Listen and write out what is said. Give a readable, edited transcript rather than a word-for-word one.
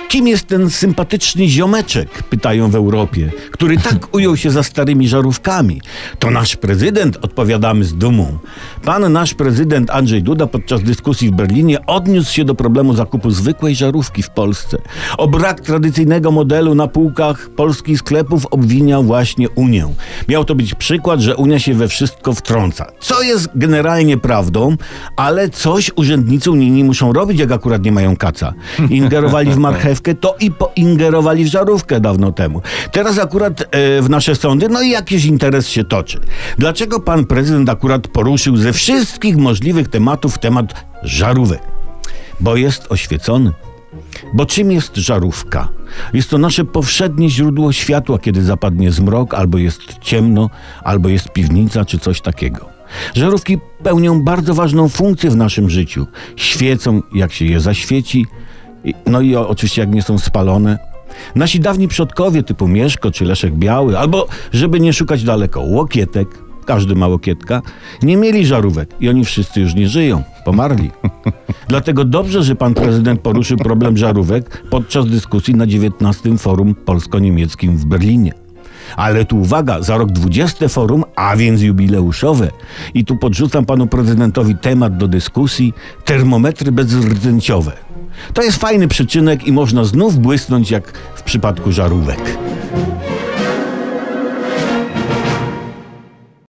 Kim jest ten sympatyczny ziomeczek, pytają w Europie, który tak ujął się za starymi żarówkami? To nasz prezydent, odpowiadamy z dumą. Pan nasz prezydent Andrzej Duda podczas dyskusji w Berlinie odniósł się do problemu zakupu zwykłej żarówki w Polsce. O brak tradycyjnego modelu na półkach polskich sklepów obwiniał właśnie Unię. Miał to być przykład, że Unia się we wszystko wtrąca. Co jest generalnie prawdą, ale coś urzędnicy unijni muszą robić, jak akurat nie mają kaca. Ingerowali w marchewkę, to i poingerowali w żarówkę dawno temu. Teraz akurat w nasze sądy, no i jakiś interes się toczy. Dlaczego pan prezydent akurat poruszył ze wszystkich możliwych tematów temat żarówek? Bo jest oświecony. Bo czym jest żarówka? Jest to nasze powszednie źródło światła, kiedy zapadnie zmrok, albo jest ciemno, albo jest piwnica, czy coś takiego. Żarówki pełnią bardzo ważną funkcję w naszym życiu. Świecą, jak się je zaświeci, no i oczywiście jak nie są spalone. Nasi dawni przodkowie typu Mieszko czy Leszek Biały, albo żeby nie szukać daleko, Łokietek, każdy ma Łokietka, nie mieli żarówek i oni wszyscy już nie żyją, pomarli. Dlatego dobrze, że pan prezydent poruszył problem żarówek podczas dyskusji na 19. Forum Polsko-Niemieckim w Berlinie. Ale tu uwaga, za rok 20 forum, a więc jubileuszowe. I tu podrzucam panu prezydentowi temat do dyskusji: termometry bezrdzęciowe. To jest fajny przyczynek i można znów błysnąć jak w przypadku żarówek.